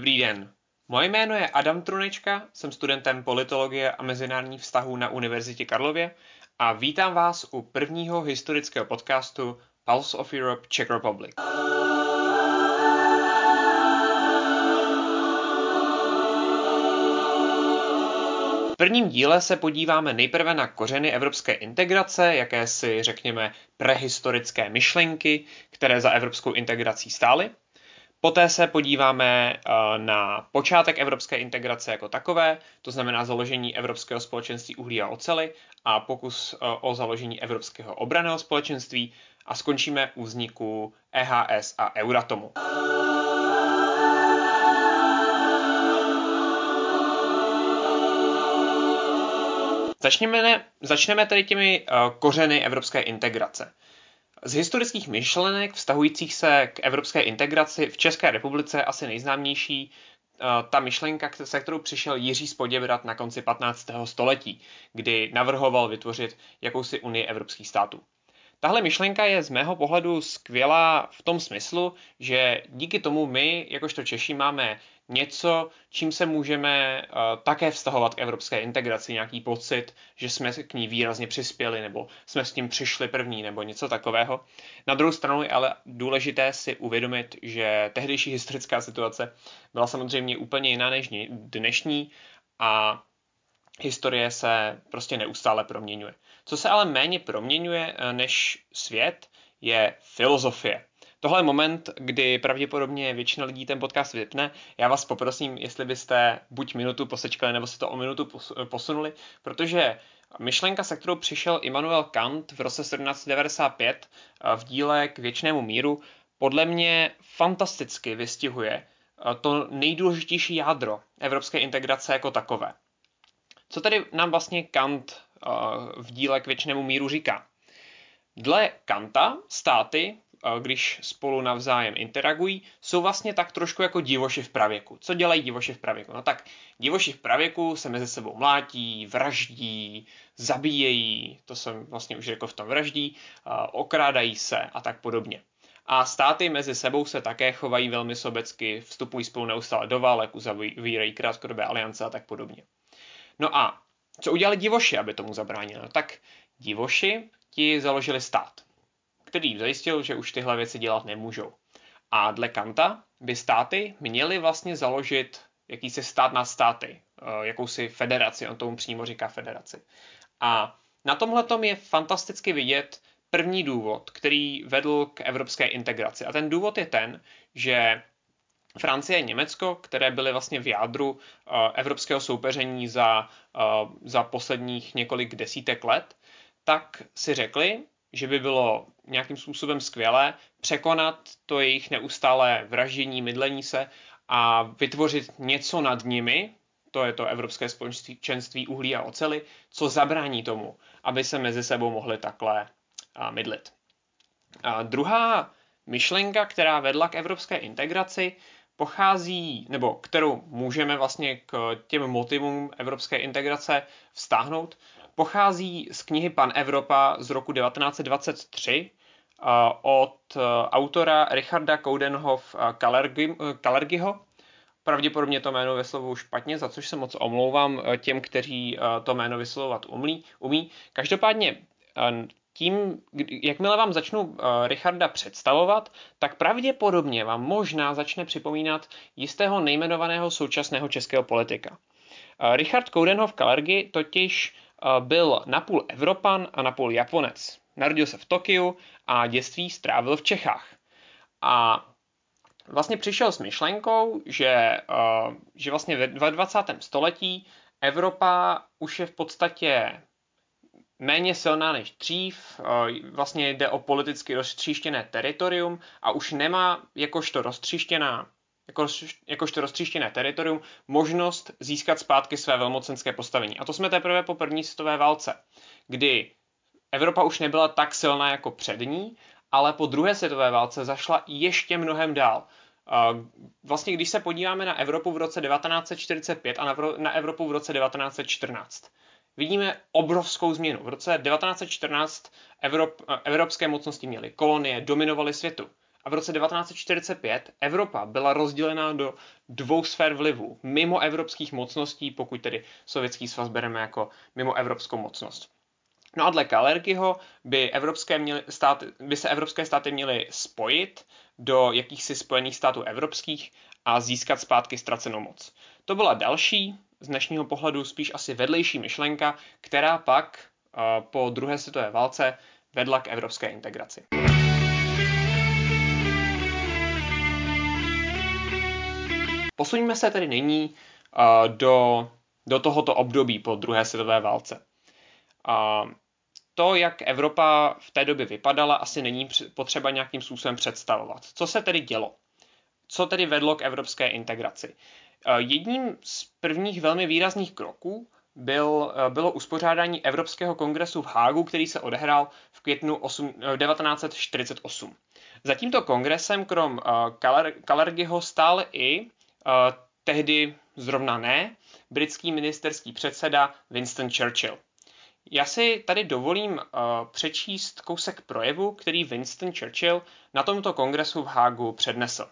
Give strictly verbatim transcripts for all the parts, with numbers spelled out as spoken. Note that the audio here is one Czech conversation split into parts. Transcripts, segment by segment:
Dobrý den. Moje jméno je Adam Trunečka, jsem studentem politologie a mezinárodních vztahů na Univerzitě Karlově a vítám vás u prvního historického podcastu Pulse of Europe Czech Republic. V prvním díle se podíváme nejprve na kořeny evropské integrace, jakési, řekněme, prehistorické myšlenky, které za evropskou integrací stály. Poté se podíváme na počátek evropské integrace jako takové, to znamená založení Evropského společenství uhlí a oceli a pokus o založení Evropského obranného společenství a skončíme u vzniku E H S a Euratomu. Začneme, začneme tedy těmi kořeny evropské integrace. Z historických myšlenek vztahujících se k evropské integraci v České republice asi nejznámější ta myšlenka, se kterou přišel Jiří z Poděbrad na konci patnáctého století, kdy navrhoval vytvořit jakousi unii evropských států. Tahle myšlenka je z mého pohledu skvělá v tom smyslu, že díky tomu my, jakožto Češi, máme něco, čím se můžeme uh, také vztahovat k evropské integraci, nějaký pocit, že jsme k ní výrazně přispěli, nebo jsme s tím přišli první, nebo něco takového. Na druhou stranu je ale důležité si uvědomit, že tehdejší historická situace byla samozřejmě úplně jiná než dnešní a historie se prostě neustále proměňuje. Co se ale méně proměňuje než svět, je filozofie. Tohle je moment, kdy pravděpodobně většina lidí ten podcast vypne. Já vás poprosím, jestli byste buď minutu posečkali, nebo si to o minutu posunuli, protože myšlenka, se kterou přišel Immanuel Kant v roce sedmnáct set devadesát pět v díle K věčnému míru, podle mě fantasticky vystihuje to nejdůležitější jádro evropské integrace jako takové. Co tedy nám vlastně Kant v díle K věčnému míru říká? Dle Kanta státy, když spolu navzájem interagují, jsou vlastně tak trošku jako divoši v pravěku. Co dělají divoši v pravěku? No tak divoši v pravěku se mezi sebou mlátí, vraždí, zabíjejí, to jsem vlastně už řekl v tom vraždí, okrádají se a tak podobně. A státy mezi sebou se také chovají velmi sobecky, vstupují spolu neustále do válek, uzavírají krátkodobé aliance a tak podobně. No a co udělali divoši, aby tomu zabránili? No tak divoši ti založili stát, který zajistil, že už tyhle věci dělat nemůžou. A dle Kanta by státy měly vlastně založit jakýsi stát nad státy, jakousi federaci, on tomu přímo říká federaci. A na tomhletom je fantasticky vidět první důvod, který vedl k evropské integraci. A ten důvod je ten, že Francie a Německo, které byly vlastně v jádru uh, evropského soupeření za, uh, za posledních několik desítek let, tak si řekli, že by bylo nějakým způsobem skvělé překonat to jejich neustálé vraždění, mydlení se a vytvořit něco nad nimi, to je to Evropské společenství uhlí a oceli, co zabrání tomu, aby se mezi sebou mohli takhle uh, mydlit. A druhá myšlenka, která vedla k evropské integraci, pochází, nebo kterou můžeme vlastně k těm motivům evropské integrace vztáhnout, pochází z knihy Pan Evropa z roku devatenáct set dvacet tři od autora Richarda Coudenhove Kalergiho. Pravděpodobně to jméno vyslovuju špatně, za což se moc omlouvám těm, kteří to jméno vyslovovat umí. umí. Každopádně tím, jakmile vám začnu uh, Richarda představovat, tak pravděpodobně vám možná začne připomínat jistého nejmenovaného současného českého politika. Uh, Richard Coudenhove Kalergi totiž uh, byl napůl Evropan a napůl Japonec. Narodil se v Tokiu a dětství strávil v Čechách. A vlastně přišel s myšlenkou, že, uh, že vlastně ve dvacátém století Evropa už je v podstatě méně silná než dřív, vlastně jde o politicky roztříštěné teritorium a už nemá jakožto roztříštěná, jako, jakožto roztříštěné teritorium možnost získat zpátky své velmocenské postavení. A to jsme teprve po první světové válce, kdy Evropa už nebyla tak silná jako před ní, ale po druhé světové válce zašla ještě mnohem dál. Vlastně když se podíváme na Evropu v roce devatenáct set čtyřicet pět a na Evropu v roce devatenáct set čtrnáct, vidíme obrovskou změnu. V roce devatenáct set čtrnáct Evrop, evropské mocnosti měly kolonie, dominovaly světu. a v roce devatenáct set čtyřicet pět Evropa byla rozdělena do dvou sfér vlivu, mimo evropských mocností, pokud tedy Sovětský svaz bereme jako mimo evropskou mocnost. No a dle Kalergiho by, evropské měly státy, by se evropské státy měly spojit do jakýchsi spojených států evropských a získat zpátky ztracenou moc. To byla další, z dnešního pohledu spíš asi vedlejší myšlenka, která pak uh, po druhé světové válce vedla k evropské integraci. Posuňme se tedy nyní uh, do, do tohoto období po druhé světové válce. Uh, To, jak Evropa v té době vypadala, asi není potřeba nějakým způsobem představovat. Co se tedy dělo? Co tedy vedlo k evropské integraci? Jedním z prvních velmi výrazných kroků byl, bylo uspořádání Evropského kongresu v Hágu, který se odehrál v květnu devatenáct set čtyřicet osm. Za tímto kongresem krom Kalergiho stál i tehdy zrovna ne britský ministerský předseda Winston Churchill. Já si tady dovolím uh, přečíst kousek projevu, který Winston Churchill na tomto kongresu v Hágu přednesl.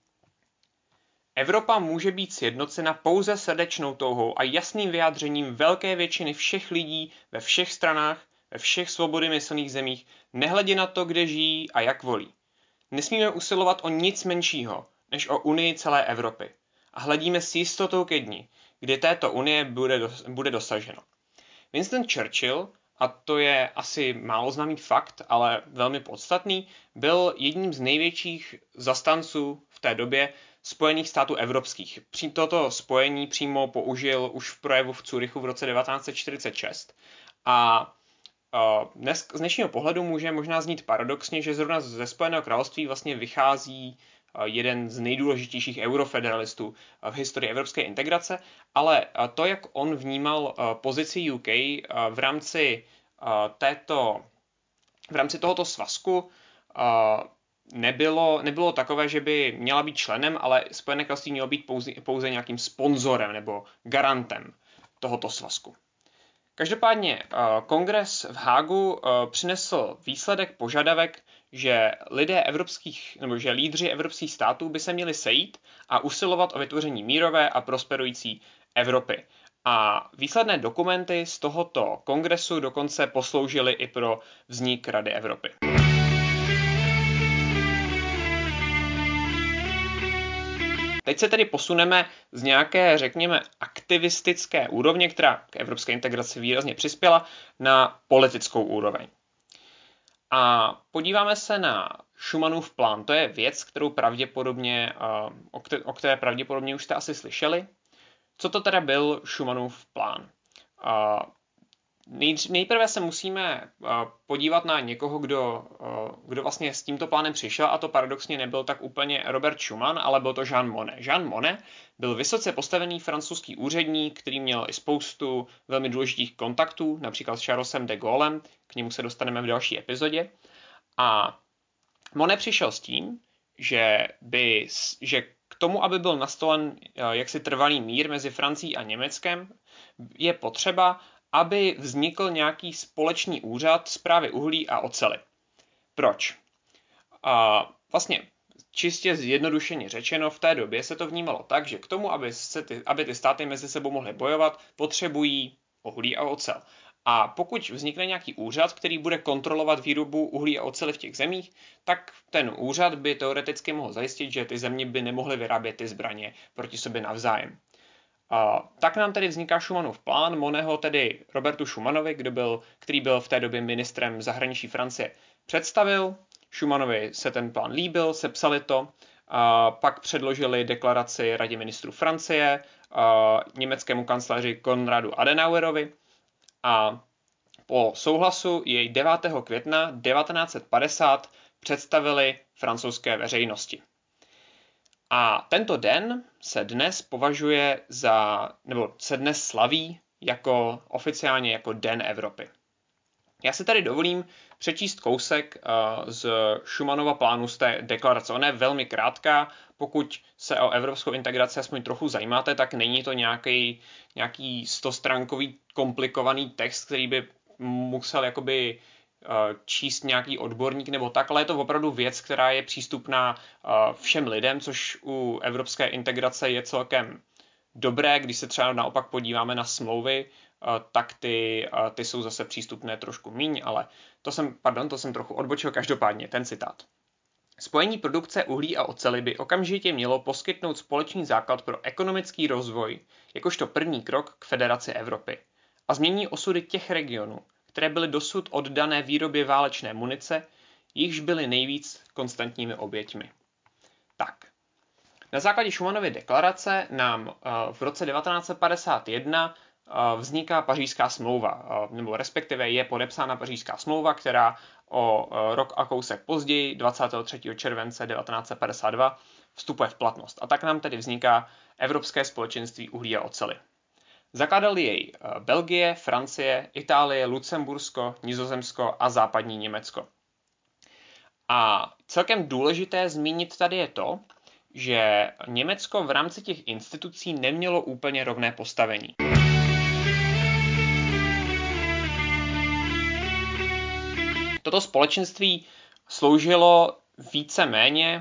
Evropa může být sjednocena pouze srdečnou touhou a jasným vyjádřením velké většiny všech lidí ve všech stranách, ve všech svobodymyslných zemích, nehledě na to, kde žijí a jak volí. Nesmíme usilovat o nic menšího, než o unii celé Evropy. A hledíme s jistotou ke dni, kdy této unie bude, dos- bude dosaženo. Winston Churchill, a to je asi málo známý fakt, ale velmi podstatný, byl jedním z největších zastanců v té době Spojených států evropských. Při toto spojení přímo použil už v projevu v Curychu v roce devatenáct set čtyřicet šest. A dnes z dnešního pohledu může možná znít paradoxně, že zrovna ze Spojeného království vlastně vychází jeden z nejdůležitějších eurofederalistů v historii evropské integrace, ale to, jak on vnímal pozici U K v rámci této, v rámci tohoto svazku, nebylo, nebylo takové, že by měla být členem, ale Spojené království mělo být pouze, pouze nějakým sponzorem nebo garantem tohoto svazku. Každopádně kongres v Hágu přinesl výsledek požadavek, že lidé evropských, nebo že lídři evropských států by se měli sejít a usilovat o vytvoření mírové a prosperující Evropy. A výsledné dokumenty z tohoto kongresu dokonce posloužily i pro vznik Rady Evropy. Teď se tedy posuneme z nějaké, řekněme, aktivistické úrovně, která k evropské integraci výrazně přispěla, na politickou úroveň. A podíváme se na Schumannův plán. To je věc, kterou pravděpodobně, o které pravděpodobně už jste asi slyšeli. Co to teda byl Schumannův plán? Nejprve se musíme podívat na někoho, kdo, kdo vlastně s tímto plánem přišel, a to paradoxně nebyl tak úplně Robert Schuman, ale byl to Jean Monnet. Jean Monnet byl vysoce postavený francouzský úředník, který měl i spoustu velmi důležitých kontaktů, například s Charlesem de Gaulem, k němu se dostaneme v další epizodě. A Monnet přišel s tím, že, by, že k tomu, aby byl nastolen jaksi trvalý mír mezi Francií a Německem, je potřeba, aby vznikl nějaký společný úřad správy uhlí a oceli. Proč? A vlastně čistě zjednodušeně řečeno, v té době se to vnímalo tak, že k tomu, aby, se ty, aby ty státy mezi sebou mohly bojovat, potřebují uhlí a ocel. A pokud vznikne nějaký úřad, který bude kontrolovat výrobu uhlí a oceli v těch zemích, tak ten úřad by teoreticky mohl zajistit, že ty země by nemohly vyrábět ty zbraně proti sobě navzájem. Uh, tak nám tedy vzniká Schumannův plán. Monneho, tedy Robertu Schumannovi, kdo byl, který byl v té době ministrem zahraničí Francie, představil. Schumannovi se ten plán líbil, sepsali to, uh, pak předložili deklaraci Radě ministrů Francie, uh, německému kancléři Konradu Adenauerovi a po souhlasu jej devátého května devatenáct set padesát představili francouzské veřejnosti. A tento den se dnes považuje za, nebo se dnes slaví jako oficiálně jako Den Evropy. Já si tady dovolím přečíst kousek uh, z Schumannova plánu z té deklarace. Ona je velmi krátká, pokud se o evropskou integraci aspoň trochu zajímáte, tak není to nějaký, nějaký stostránkový komplikovaný text, který by musel jakoby číst nějaký odborník nebo tak, ale je to opravdu věc, která je přístupná všem lidem, což u evropské integrace je celkem dobré. Když se třeba naopak podíváme na smlouvy, tak ty, ty jsou zase přístupné trošku míň, ale to jsem, pardon, to jsem trochu odbočil, každopádně ten citát. Spojení produkce uhlí a oceli by okamžitě mělo poskytnout společný základ pro ekonomický rozvoj, jakožto první krok k federaci Evropy. A změní osudy těch regionů, které byly dosud oddané výrobě válečné munice, jichž byly nejvíc konstantními oběťmi. Tak. Na základě Schumannovy deklarace nám v roce devatenáct set padesát jedna vzniká Pařížská smlouva, nebo respektive je podepsána Pařížská smlouva, která o rok a kousek později, dvacátého třetího července devatenáct set padesát dva, vstupuje v platnost. A tak nám tedy vzniká Evropské společenství uhlí a oceli. Zakládali jej Belgie, Francie, Itálie, Lucembursko, Nizozemsko a západní Německo. A celkem důležité zmínit tady je to, že Německo v rámci těch institucí nemělo úplně rovné postavení. Toto společenství sloužilo více-méně,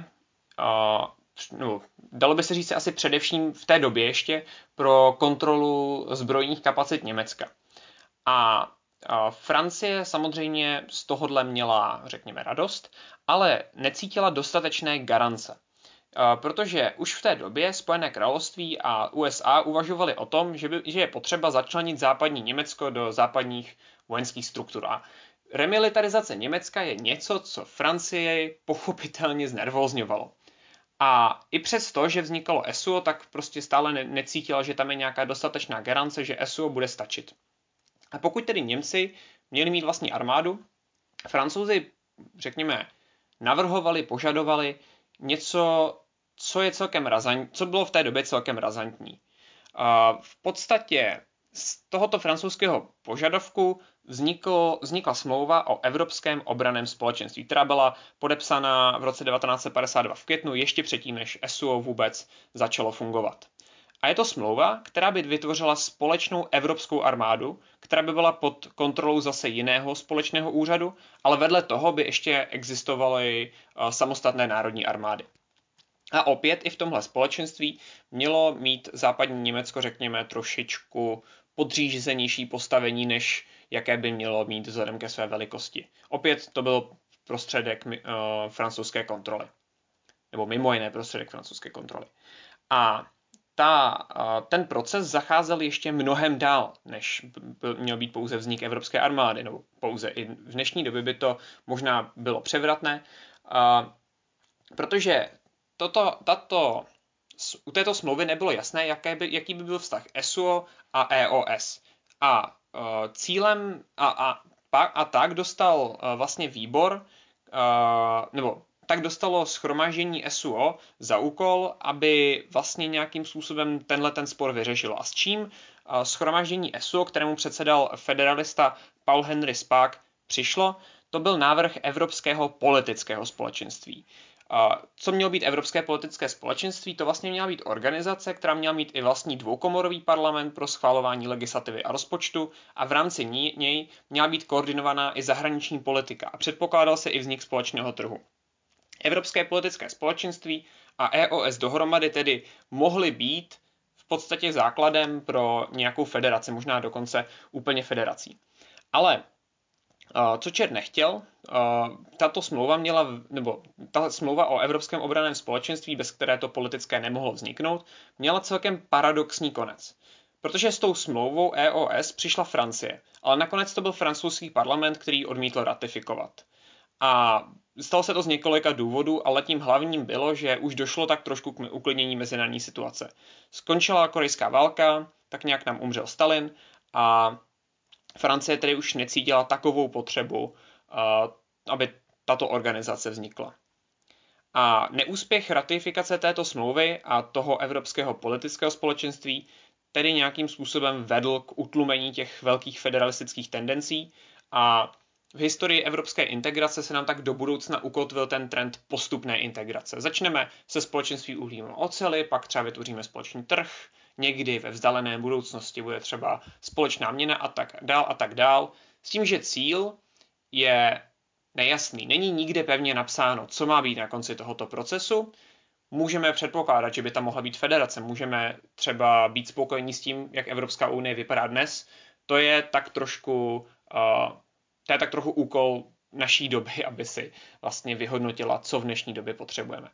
uh, no, dalo by se říct asi především v té době ještě, pro kontrolu zbrojních kapacit Německa. A uh, Francie samozřejmě z tohohle měla, řekněme, radost, ale necítila dostatečné garance. Protože už v té době Spojené království a U S A uvažovali o tom, že, by, že je potřeba začlenit západní Německo do západních vojenských struktur. A remilitarizace Německa je něco, co Francii pochopitelně znervózňovalo. A i přesto, že vznikalo S U O, tak prostě stále ne- necítila, že tam je nějaká dostatečná garance, že S U O bude stačit. A pokud tedy Němci měli mít vlastní armádu, Francouzi, řekněme, navrhovali, požadovali něco, co je celkem razant, co bylo v té době celkem razantní. V podstatě z tohoto francouzského požadavku vzniklo, vznikla smlouva o Evropském obranném společenství, která byla podepsána v roce devatenáct set padesát dva v květnu, ještě předtím, než S U O vůbec začalo fungovat. A je to smlouva, která by vytvořila společnou evropskou armádu, která by byla pod kontrolou zase jiného společného úřadu, ale vedle toho by ještě existovaly samostatné národní armády. A opět i v tomhle společenství mělo mít západní Německo, řekněme, trošičku podřízenější postavení, než jaké by mělo mít vzhledem ke své velikosti. Opět to byl prostředek uh, francouzské kontroly. Nebo mimo jiné prostředek francouzské kontroly. A ta, ten proces zacházel ještě mnohem dál, než měl být pouze vznik Evropské armády, nebo pouze i v dnešní době by to možná bylo převratné, protože toto, tato, u této smlouvy nebylo jasné, jaké by, jaký by byl vztah S U O a E O S. A cílem a, a, a tak dostal vlastně výbor, nebo tak dostalo shromáždění S U O za úkol, aby vlastně nějakým způsobem tenhle ten spor vyřešilo. A s čím shromáždění S U O, kterému předsedal federalista Paul Henry Spaak, přišlo, to byl návrh Evropského politického společenství. Co mělo být Evropské politické společenství? To vlastně měla být organizace, která měla mít i vlastní dvoukomorový parlament pro schvalování legislativy a rozpočtu a v rámci něj měla být koordinovaná i zahraniční politika a předpokládal se i vznik společného trhu. Evropské politické společenství a E O S dohromady tedy mohly být v podstatě základem pro nějakou federaci, možná dokonce úplně federací. Ale co čert nechtěl, tato smlouva měla, nebo ta smlouva o Evropském obranném společenství, bez které to politické nemohlo vzniknout, měla celkem paradoxní konec. Protože s tou smlouvou E O S přišla Francie, ale nakonec to byl francouzský parlament, který odmítl ratifikovat. A stalo se to z několika důvodů, ale tím hlavním bylo, že už došlo tak trošku k uklidnění mezinárodní situace. Skončila korejská válka, tak nějak nám umřel Stalin a Francie tedy už necítila takovou potřebu, aby tato organizace vznikla. A neúspěch ratifikace této smlouvy a toho Evropského politického společenství tedy nějakým způsobem vedl k utlumení těch velkých federalistických tendencí a v historii evropské integrace se nám tak do budoucna ukotvil ten trend postupné integrace. Začneme se společenství uhlí a oceli, pak třeba vytvoříme společný trh, někdy ve vzdálené budoucnosti bude třeba společná měna a tak dál a tak dál. S tím, že cíl je nejasný. Není nikde pevně napsáno, co má být na konci tohoto procesu. Můžeme předpokládat, že by tam mohla být federace. Můžeme třeba být spokojení s tím, jak Evropská unie vypadá dnes. To je tak trošku, uh, to je tak trochu úkol naší doby, aby si vlastně vyhodnotila, co v dnešní době potřebujeme.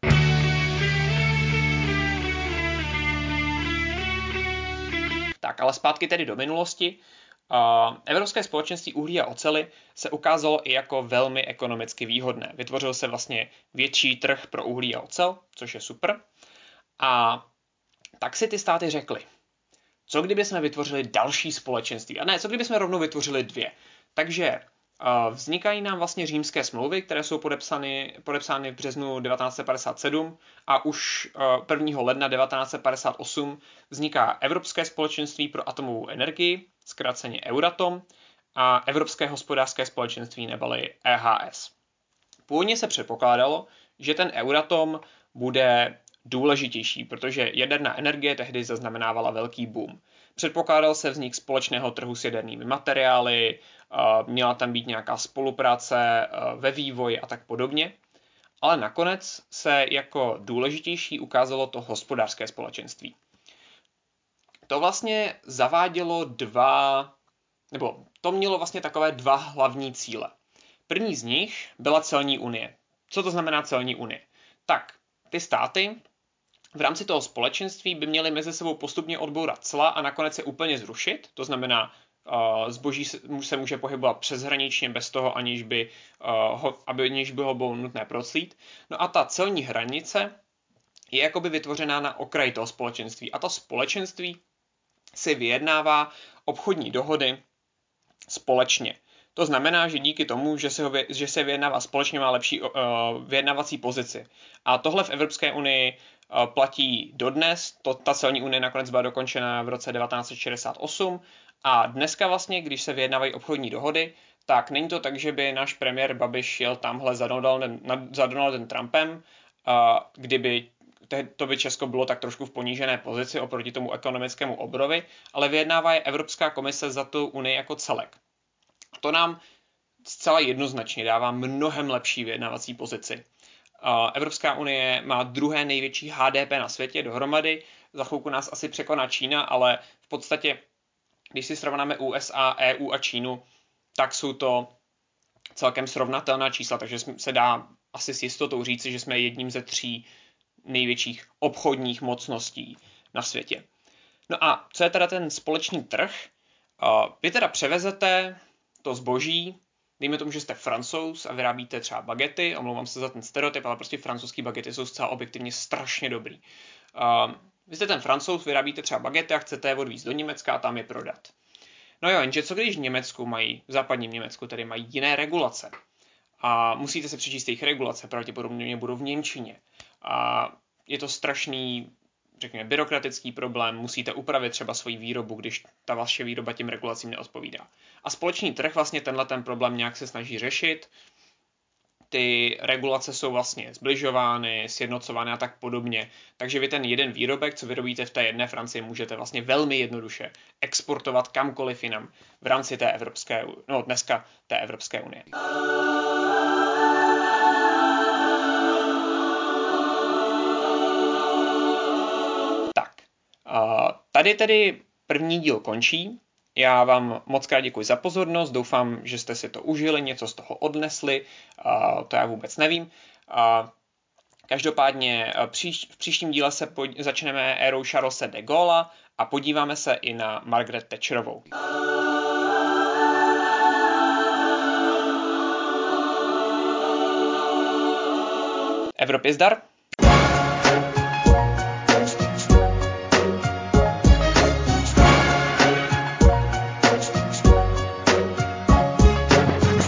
Tak, ale zpátky tedy do minulosti. Uh, Evropské společenství uhlí a oceli se ukázalo i jako velmi ekonomicky výhodné. Vytvořil se vlastně větší trh pro uhlí a ocel, což je super. A tak si ty státy řekly, co kdyby jsme vytvořili další společenství? A ne, co kdyby jsme rovnou vytvořili dvě? Takže uh, vznikají nám vlastně římské smlouvy, které jsou podepsány, podepsány v březnu devatenáct set padesát sedm a už uh, prvního ledna devatenáct set padesát osm vzniká Evropské společenství pro atomovou energii, zkráceně Euratom, a Evropské hospodářské společenství neboli E H S. Původně se předpokládalo, že ten Euratom bude důležitější, protože jaderná energie tehdy zaznamenávala velký boom. Předpokládal se vznik společného trhu s jadernými materiály, měla tam být nějaká spolupráce ve vývoji a tak podobně, ale nakonec se jako důležitější ukázalo to hospodářské společenství. To vlastně zavádělo dva, nebo to mělo vlastně takové dva hlavní cíle. První z nich byla celní unie. Co to znamená celní unie? Tak, ty státy v rámci toho společenství by měly mezi sebou postupně odbourat cla a nakonec je úplně zrušit. To znamená, uh, zboží se může pohybovat přeshraničně bez toho, aniž by, uh, ho, aby, aniž by ho bylo nutné proclít. No a ta celní hranice je jakoby vytvořená na okraji toho společenství. A to společenství si vyjednává obchodní dohody společně. To znamená, že díky tomu, že se, ho, že se vyjednává společně, má lepší uh, vyjednávací pozici. A tohle v Evropské unii uh, platí dodnes. To, ta celní unie nakonec byla dokončena v roce devatenáct set šedesát osm. A dneska vlastně, když se vyjednávají obchodní dohody, tak není to tak, že by náš premiér Babiš jel tamhle za Donaldem, za Donaldem Trumpem, uh, kdyby to by Česko bylo tak trošku v ponížené pozici oproti tomu ekonomickému obrovi, ale vyjednává je Evropská komise za tu unii jako celek. To nám zcela jednoznačně dává mnohem lepší vyjednávací pozici. Evropská unie má druhé největší H D P na světě dohromady, za chvilku nás asi překoná Čína, ale v podstatě, když si srovnáme U S A, E U a Čínu, tak jsou to celkem srovnatelná čísla, takže se dá asi s jistotou říci, že jsme jedním ze tří největších obchodních mocností na světě. No a co je teda ten společný trh? Vy teda převezete to zboží, dejme tomu, že jste Francouz a vyrábíte třeba bagety, omlouvám se za ten stereotyp, ale prostě francouzský bagety jsou zcela objektivně strašně dobrý. Vy jste ten Francouz, vyrábíte třeba bagety a chcete je odvízt do Německa a tam je prodat. No jo, jenže co když v Německu mají, v západním Německu tedy mají jiné regulace a musíte se přečíst jejich regulace, pravděpodobně budou v němčině. A je to strašný, řekněme, byrokratický problém, musíte upravit třeba svoji výrobu, když ta vaše výroba těm regulacím neodpovídá. A společný trh vlastně tenhle ten problém nějak se snaží řešit. Ty regulace jsou vlastně zbližovány, sjednocovány a tak podobně. Takže vy ten jeden výrobek, co vyrobíte v té jedné Francii, můžete vlastně velmi jednoduše exportovat kamkoliv jinam v rámci té Evropské, no dneska té Evropské unie. Tady tedy první díl končí. Já vám moc krát děkuji za pozornost, doufám, že jste si to užili, něco z toho odnesli, to já vůbec nevím. Každopádně v příštím díle se pod... začneme érou Charlese de Gaulla a podíváme se i na Margaret Thatcherovou. Evropě zdar!